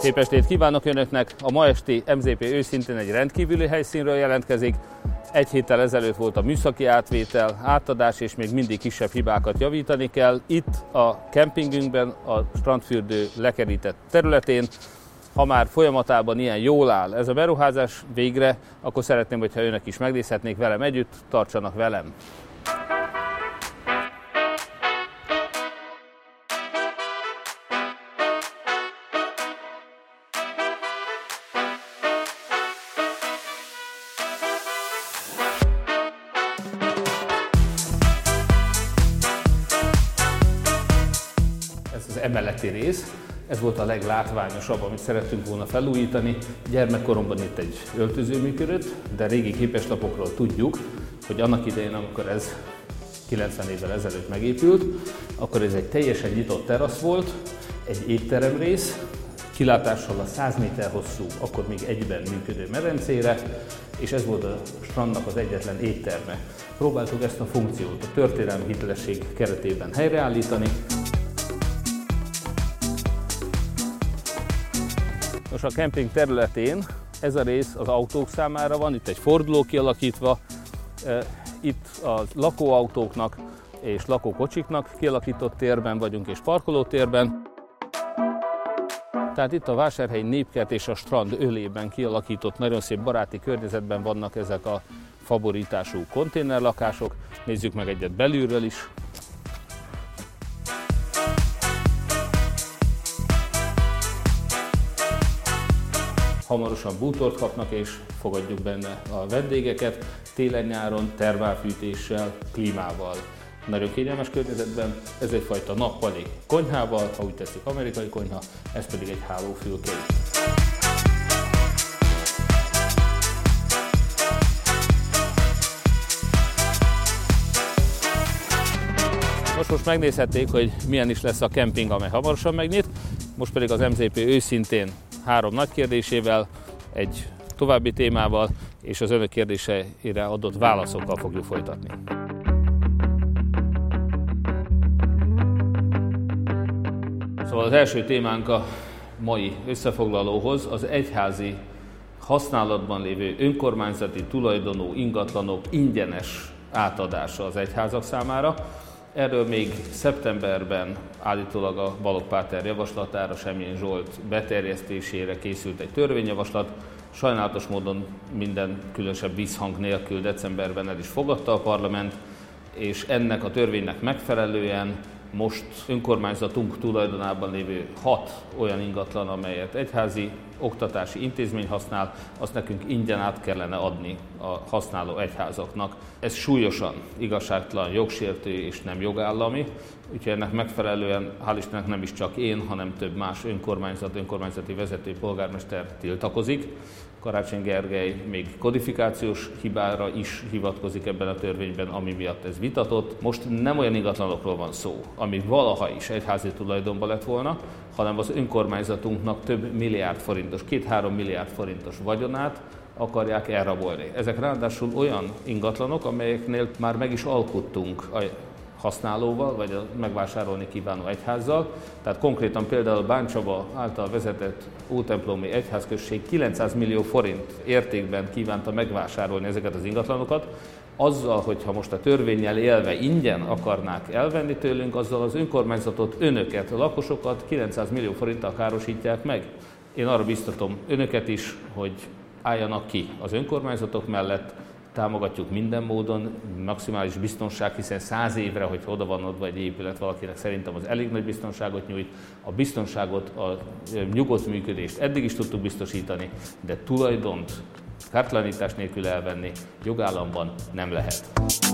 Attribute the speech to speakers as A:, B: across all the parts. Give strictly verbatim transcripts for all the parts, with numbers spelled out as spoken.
A: Szép estét kívánok Önöknek! A ma esti em zé pé őszintén egy rendkívüli helyszínről jelentkezik. Egy héttel ezelőtt volt a műszaki átvétel, átadás, és még mindig kisebb hibákat javítani kell. Itt a kempingünkben, a strandfürdő lekerített területén. Ha már folyamatában ilyen jól áll ez a beruházás végre, akkor szeretném, hogyha Önök is megnézhetnék velem együtt, tartsanak velem! Ez az emeleti rész, ez volt a leglátványosabb, amit szerettünk volna felújítani. Gyermekkoromban itt egy öltöző működött, de régi képeslapokról tudjuk, hogy annak idején, amikor ez kilencven évvel ezelőtt megépült, akkor ez egy teljesen nyitott terasz volt, egy étterem rész, kilátással a száz méter hosszú, akkor még egyben működő medencére, és ez volt a strandnak az egyetlen étterme. Próbáltuk ezt a funkciót a történelmi hitelesség keretében helyreállítani. Most a kemping területén ez a rész az autók számára van, itt egy forduló kialakítva, itt a lakóautóknak és lakókocsiknak kialakított térben vagyunk és parkolótérben. Tehát itt a Vásárhelyi Népkert és a strand ölében kialakított nagyon szép baráti környezetben vannak ezek a faborítású konténerlakások. Nézzük meg egyet belülről is. Hamarosan bútort kapnak és fogadjuk benne a vendégeket, télen-nyáron termálfűtéssel, klímával. Nagyon kényelmes környezetben, ez egyfajta nappali konyhával, ha úgy tetszik amerikai konyha, ez pedig egy hálófülké. Most, most megnézhették, hogy milyen is lesz a kemping, amely hamarosan megnyit. Most pedig az em zé pé őszintén három nagy kérdésével, egy további témával és az Önök kérdéseire adott válaszokkal fogjuk folytatni. Szóval az első témánk a mai összefoglalóhoz az egyházi használatban lévő önkormányzati tulajdonú ingatlanok ingyenes átadása az egyházak számára. Erről még szeptemberben állítólag a Balogh Páter javaslatára, Semjén Zsolt beterjesztésére készült egy törvényjavaslat. Sajnálatos módon minden különösebb visszhang nélkül decemberben el is fogadta a parlament, és ennek a törvénynek megfelelően most önkormányzatunk tulajdonában lévő hat olyan ingatlan, amelyet egyházi oktatási intézmény használ, azt nekünk ingyen át kellene adni a használó egyházaknak. Ez súlyosan igazságtalan, jogsértő és nem jogállami, úgyhogy ennek megfelelően, hál' Istennek nem is csak én, hanem több más önkormányzat, önkormányzati vezető, polgármester tiltakozik. Karácsony Gergely még kodifikációs hibára is hivatkozik ebben a törvényben, ami miatt ez vitatott. Most nem olyan ingatlanokról van szó, ami valaha is egyházi tulajdonban lett volna, hanem az önkormányzatunknak több milliárd forintos, két-három milliárd forintos vagyonát akarják elrabolni. Ezek ráadásul olyan ingatlanok, amelyeknél már meg is alkuttunk a használóval, vagy a megvásárolni kívánó egyházzal. Tehát konkrétan például Báncsaba által vezetett ótemplomi egyházközség kilencszáz millió forint értékben kívánta megvásárolni ezeket az ingatlanokat. Azzal, hogyha most a törvénnyel élve ingyen akarnák elvenni tőlünk, azzal az önkormányzatot, önöket, a lakosokat kilencszáz millió forinttal károsítják meg. Én arra biztatom önöket is, hogy álljanak ki az önkormányzatok mellett, támogatjuk minden módon, maximális biztonság, hiszen száz évre, hogy oda van adva egy épület valakinek, szerintem az elég nagy biztonságot nyújt. A biztonságot, a nyugodt működést eddig is tudtuk biztosítani, de tulajdont kártalanítás nélkül elvenni jogállamban nem lehet.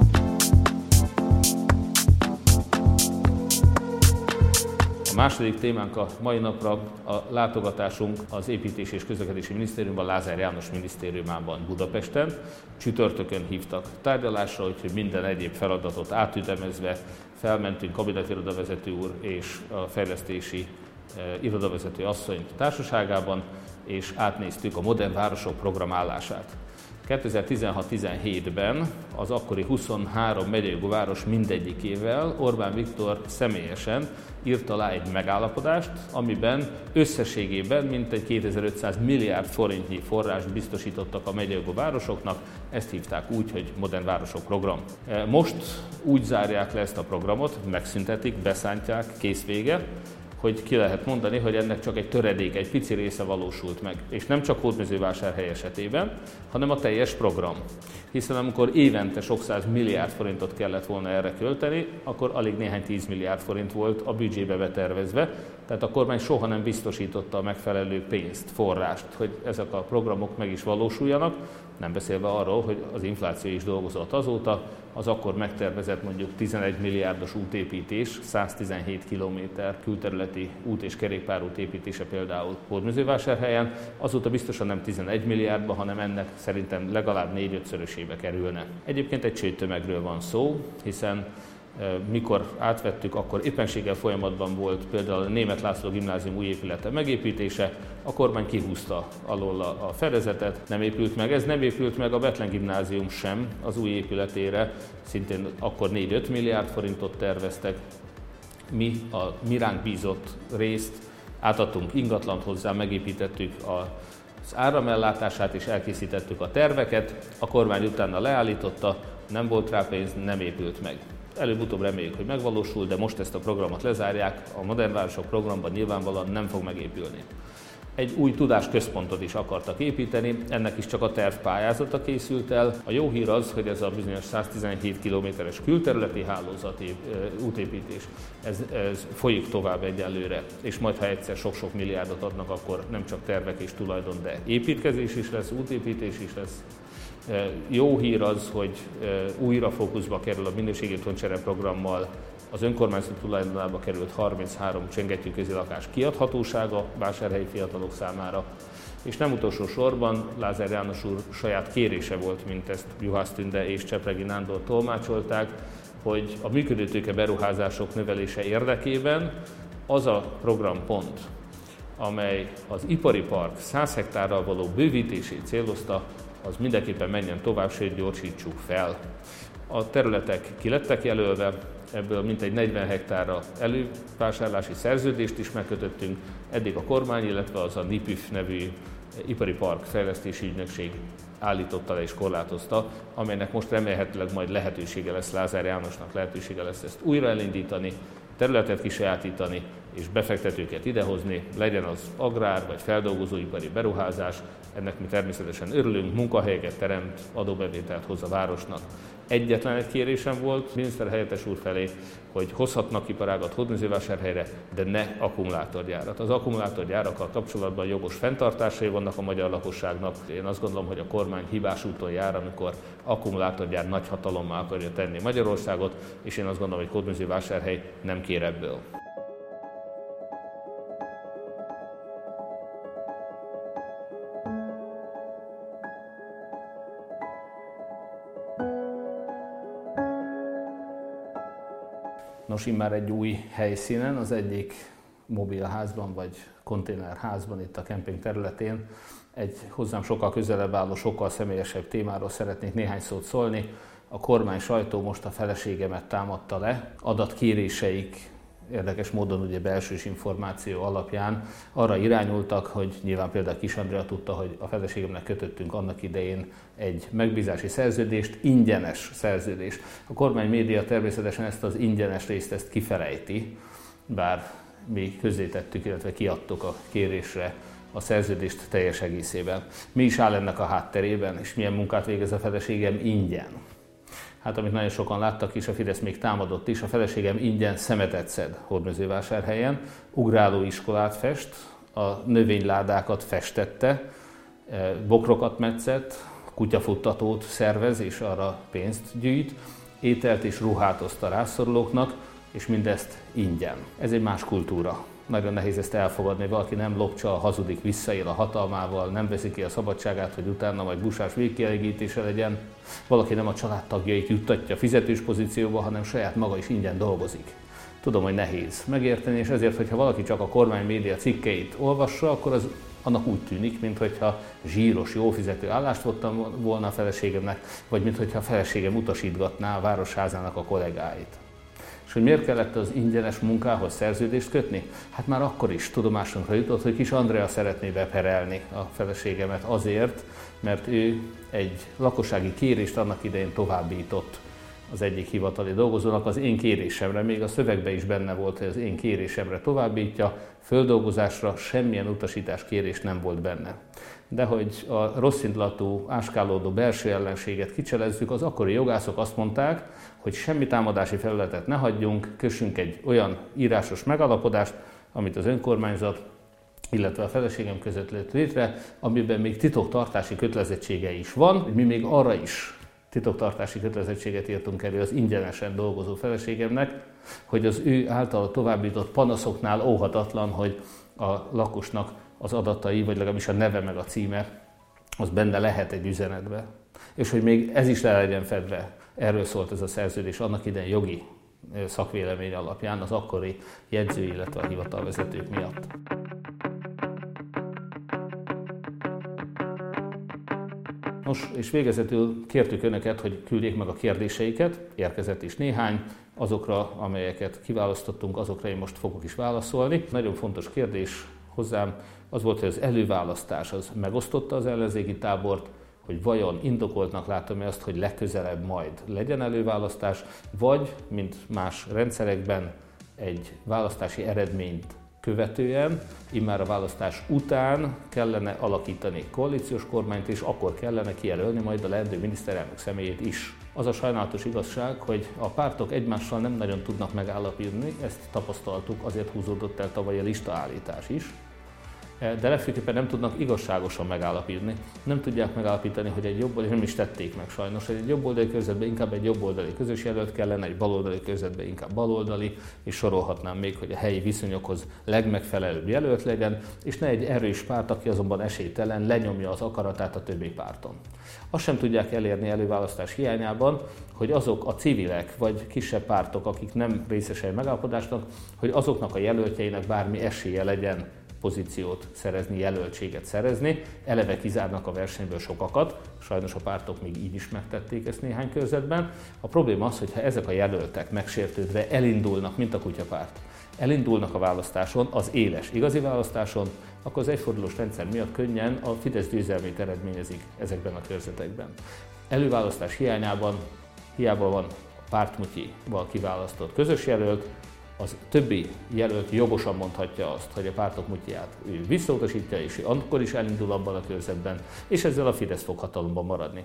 A: A második témánk a mai napra a látogatásunk az Építési és Közlekedési Minisztériumban, Lázár János minisztériumában Budapesten. Csütörtökön hívtak tárgyalásra, úgyhogy minden egyéb feladatot átütemezve felmentünk kabinetirodavezető úr és a fejlesztési eh, irodavezető asszony társaságában, és átnéztük a Modern Városok programálását. kétezer-tizenhat-tizenhétben az akkori huszonhárom megyei város mindegyikével Orbán Viktor személyesen írt alá egy megállapodást, amiben összességében mintegy kétezer-ötszáz milliárd forintnyi forrást biztosítottak a megyei városoknak, ezt hívták úgy, hogy Modern Városok Program. Most úgy zárják le ezt a programot, megszüntetik, beszántják, kész vége, hogy ki lehet mondani, hogy ennek csak egy töredék, egy pici része valósult meg. És nem csak Hódmezővásárhely esetében, hanem a teljes program. Hiszen amikor évente sok száz milliárd forintot kellett volna erre költeni, akkor alig néhány tíz milliárd forint volt a büdzsébe betervezve, tehát a kormány soha nem biztosította a megfelelő pénzt, forrást, hogy ezek a programok meg is valósuljanak, nem beszélve arról, hogy az infláció is dolgozott azóta, az akkor megtervezett mondjuk tizenegy milliárdos útépítés, száztizenhét kilométer külterületi út- és kerékpárút építése például Hódmezővásárhelyen, azóta biztosan nem tizenegy milliárdba, hanem ennek szerintem legalább négy-ötszörösébe kerülne. Egyébként egy csőtömegről van szó, hiszen mikor átvettük, akkor éppenséggel folyamatban volt például a Németh László Gimnázium új épülete megépítése, a kormány kihúzta alól a fedezetet, nem épült meg. Ez nem épült meg a Bethlen Gimnázium sem az új épületére, szintén akkor négy-öt milliárd forintot terveztek. Mi a mi ránk bízott részt átadtunk ingatlant hozzá, megépítettük az áramellátását és elkészítettük a terveket, a kormány utána leállította, nem volt rá pénz, nem épült meg. Előbb-utóbb reméljük, hogy megvalósul, de most ezt a programot lezárják, a Modern Városok programban nyilvánvalóan nem fog megépülni. Egy új tudásközpontot is akartak építeni, ennek is csak a tervpályázata készült el. A jó hír az, hogy ez a bizonyos száztizenhét kilométeres külterületi hálózati útépítés, ez, ez folyik tovább egyelőre, és majd ha egyszer sok-sok milliárdot adnak, akkor nem csak tervek és tulajdon, de építkezés is lesz, útépítés is lesz. Jó hír az, hogy újra fókuszba kerül a minőségi otthoncsere programmal az önkormányzat tulajdonába került harminchárom csengettyűközi lakás kiadhatósága vásárhelyi fiatalok számára, és nem utolsó sorban Lázár János úr saját kérése volt, mint ezt Juhász Tünde és Csepregi Nándor tolmácsolták, hogy a működőtőke beruházások növelése érdekében az a programpont, amely az ipari park száz hektárral való bővítését célozta, az mindenképpen menjen tovább, sőt gyorsítsuk fel. A területek ki lettek jelölve, ebből mintegy negyven hektárra elővásárlási szerződést is megkötöttünk, eddig a kormány, illetve az a NIPÜF nevű ipari park fejlesztési ügynökség állította le és korlátozta, amelynek most remélhetőleg majd lehetősége lesz Lázár Jánosnak, lehetősége lesz ezt újra elindítani, területet kisajátítani és befektetőket idehozni, legyen az agrár vagy feldolgozóipari beruházás, ennek mi természetesen örülünk, munkahelyeket teremt, adóbevételt hoz a városnak. Egyetlen egy kérésem volt miniszterhelyettes úr felé, hogy hozhatnak iparágat Hódmezővásárhelyre, de ne akkumulátorgyárat. Az akkumulátorgyárakkal kapcsolatban jogos fenntartásai vannak a magyar lakosságnak. Én azt gondolom, hogy a kormány hibás úton jár, amikor akkumulátorgyár nagyhatalommá akarja tenni Magyarországot, és én azt gondolom, hogy Hódmezővásárhely nem kér ebből. Nos, immár egy új helyszínen, az egyik mobilházban vagy konténerházban itt a kemping területén egy hozzám sokkal közelebb álló, sokkal személyesebb témáról szeretnék néhány szót szólni. A kormány sajtó most a feleségemet támadta le, adatkéréseik érdekes módon ugye belsős információ alapján arra irányultak, hogy nyilván például Kis Andrea tudta, hogy a feleségemnek kötöttünk annak idején egy megbízási szerződést, ingyenes szerződést. A kormány média természetesen ezt az ingyenes részt ezt kifelejti, bár mi közzétettük, illetve kiadtuk a kérésre a szerződést teljes egészében. Mi is áll ennek a hátterében, és milyen munkát végez a feleségem ingyen? Hát amit nagyon sokan láttak is, a Fidesz még támadott is, a feleségem ingyen szemetet szed Hódmezővásárhelyen, ugráló iskolát fest, a növényládákat festette, bokrokat metszett, kutyafuttatót szervez és arra pénzt gyűjt, ételt és ruhát oszt a rászorulóknak, és mindezt ingyen. Ez egy más kultúra. Nagyon nehéz ezt elfogadni, valaki nem lopcsal, hazudik, visszaél a hatalmával, nem veszi ki a szabadságát, hogy utána majd busás végkielégítése legyen. Valaki nem a családtagjait juttatja fizetős pozícióba, hanem saját maga is ingyen dolgozik. Tudom, hogy nehéz megérteni, és ezért, hogyha valaki csak a kormány média cikkeit olvassa, akkor az annak úgy tűnik, mintha zsíros, jó fizető állást voltam volna a feleségemnek, vagy mintha a feleségem utasítgatná a városházának a kollégáit. És hogy miért kellett az ingyenes munkához szerződést kötni? Hát már akkor is tudomásunkra jutott, hogy Kis Andrea szeretné beperelni a feleségemet azért, mert ő egy lakossági kérést annak idején továbbított az egyik hivatali dolgozónak az én kérésemre, még a szövegben is benne volt, hogy az én kérésemre továbbítja, földolgozásra semmilyen utasítás kérés nem volt benne. De hogy a rosszindulatú, áskálódó belső ellenséget kicselezzük, az akkori jogászok azt mondták, hogy semmi támadási felületet ne hagyjunk, kössünk egy olyan írásos megállapodást, amit az önkormányzat, illetve a feleségem között lett létre, amiben még titoktartási kötelezettsége is van, hogy mi még arra is titoktartási kötelezettséget írtunk elő az ingyenesen dolgozó feleségemnek, hogy az ő általa továbbított panaszoknál óhatatlan, hogy a lakosnak az adatai, vagy legalábbis a neve meg a címe, az benne lehet egy üzenetbe. És hogy még ez is le legyen fedve. Erről szólt ez a szerződés annak idején jogi szakvélemény alapján az akkori jegyző, illetve a hivatalvezetők miatt. Nos, és végezetül kértük Önöket, hogy küldjék meg a kérdéseiket, érkezett is néhány, azokra, amelyeket kiválasztottunk, azokra én most fogok is válaszolni. Nagyon fontos kérdés hozzám az volt, hogy az előválasztás az megosztotta az ellenzéki tábort, hogy vajon indokoltnak látom-e azt, hogy legközelebb majd legyen előválasztás, vagy, mint más rendszerekben, egy választási eredményt követően, immár a választás után kellene alakítani koalíciós kormányt, és akkor kellene kijelölni majd a leendő miniszterelnök személyét is. Az a sajnálatos igazság, hogy a pártok egymással nem nagyon tudnak megállapodni, ezt tapasztaltuk, azért húzódott el tavaly a listaállítás is, de legfőképpen nem tudnak igazságosan megállapítani. Nem tudják megállapítani, hogy egy jobboldali, nem is tették meg sajnos, hogy egy jobboldali körzetben inkább egy jobboldali közös jelölt kellene, egy baloldali körzetben inkább baloldali, és sorolhatnám még, hogy a helyi viszonyokhoz legmegfelelőbb jelölt legyen, és ne egy erős párt, aki azonban esélytelen, lenyomja az akaratát a többi párton. Azt sem tudják elérni előválasztás hiányában, hogy azok a civilek vagy kisebb pártok, akik nem részesei megállapodásnak, hogy azoknak a jelöltjeinek bármi esélye legyen pozíciót szerezni, jelöltséget szerezni. Eleve kizárnak a versenyből sokakat, sajnos a pártok még így is megtették ezt néhány körzetben. A probléma az, hogy ha ezek a jelöltek megsértődve elindulnak, mint a kutyapárt, elindulnak a választáson, az éles, igazi választáson, akkor az egyfordulós rendszer miatt könnyen a Fidesz győzelmét eredményezik ezekben a körzetekben. Előválasztás hiányában hiába van a pártmutyival kiválasztott közös jelölt, az többi jelölt jogosan mondhatja azt, hogy a pártok mutyját ő visszautasítja, és ő akkor is elindul abban a körzetben, és ezzel a Fidesz fog hatalomban maradni.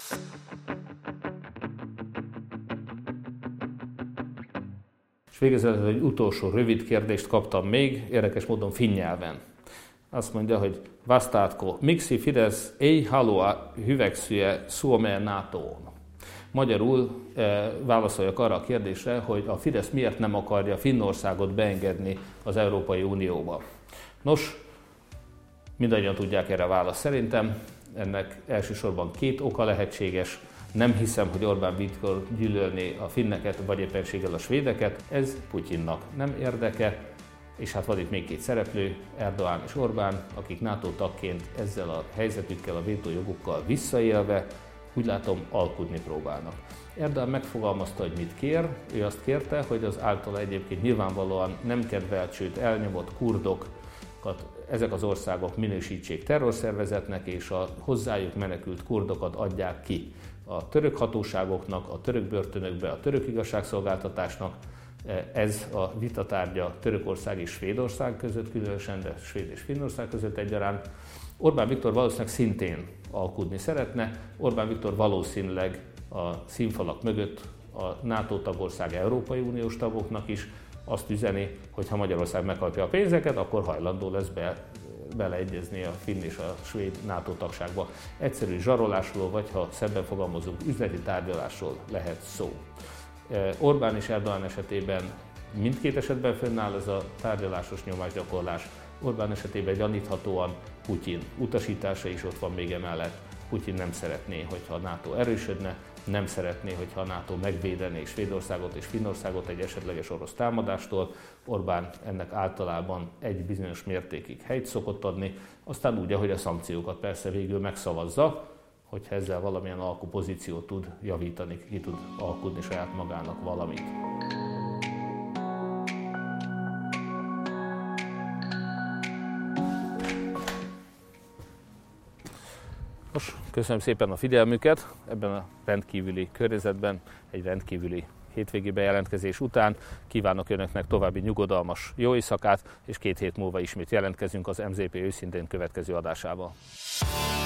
A: És végezetül egy utolsó rövid kérdést kaptam még, érdekes módon finn nyelven. Azt mondja, hogy vastátko, miksi Fidesz ei halua hyväksyä Suomea NATOon? Magyarul e, válaszoljak arra a kérdésre, hogy a Fidesz miért nem akarja Finnországot beengedni az Európai Unióba. Nos, mindannyian tudják erre a választ szerintem. Ennek elsősorban két oka lehetséges. Nem hiszem, hogy Orbán Viktor gyűlölné a finneket, vagy éppenséggel a svédeket. Ez Putyinnak nem érdeke. És hát van itt még két szereplő, Erdoğan és Orbán, akik NATO tagként ezzel a helyzetükkel, a vétójogukkal visszaélve, úgy látom, alkudni próbálnak. Erdoğan megfogalmazta, hogy mit kér. Ő azt kérte, hogy az általa egyébként nyilvánvalóan nem kedvelt, sőt elnyomott kurdokat ezek az országok minősítsék terrorszervezetnek, és a hozzájuk menekült kurdokat adják ki a török hatóságoknak, a török börtönökbe, a török igazságszolgáltatásnak. Ez a vitatárgya Törökország és Svédország között különösen, de Svéd és Finnország között egyaránt. Orbán Viktor valószínűleg szintén alkudni szeretne. Orbán Viktor valószínűleg a színfalak mögött a NATO tagország Európai Uniós tagoknak is azt üzeni, hogy ha Magyarország megkapja a pénzeket, akkor hajlandó lesz be, beleegyezni a finn és a svéd NATO tagságba. Egyszerű zsarolásról, vagy ha szebben fogalmazunk, üzleti tárgyalásról lehet szó. Orbán és Erdoğan esetében mindkét esetben fönnáll ez a tárgyalásos nyomásgyakorlás. Orbán esetében gyaníthatóan Putyin utasítása is ott van még emellett. Putyin nem szeretné, hogyha a NATO erősödne, nem szeretné, hogyha a NATO megvédené Svédországot és Finnországot egy esetleges orosz támadástól. Orbán ennek általában egy bizonyos mértékig helyt szokott adni, aztán úgy, ahogy a szankciókat persze végül megszavazza, hogyha ezzel valamilyen alkupozíciót tud javítani, ki tud alkudni saját magának valamit. Most köszönöm szépen a figyelmüket ebben a rendkívüli környezetben, egy rendkívüli hétvégi bejelentkezés után. Kívánok Önöknek további nyugodalmas jó éjszakát, és két hét múlva ismét jelentkezünk az em zé pé őszintén következő adásával.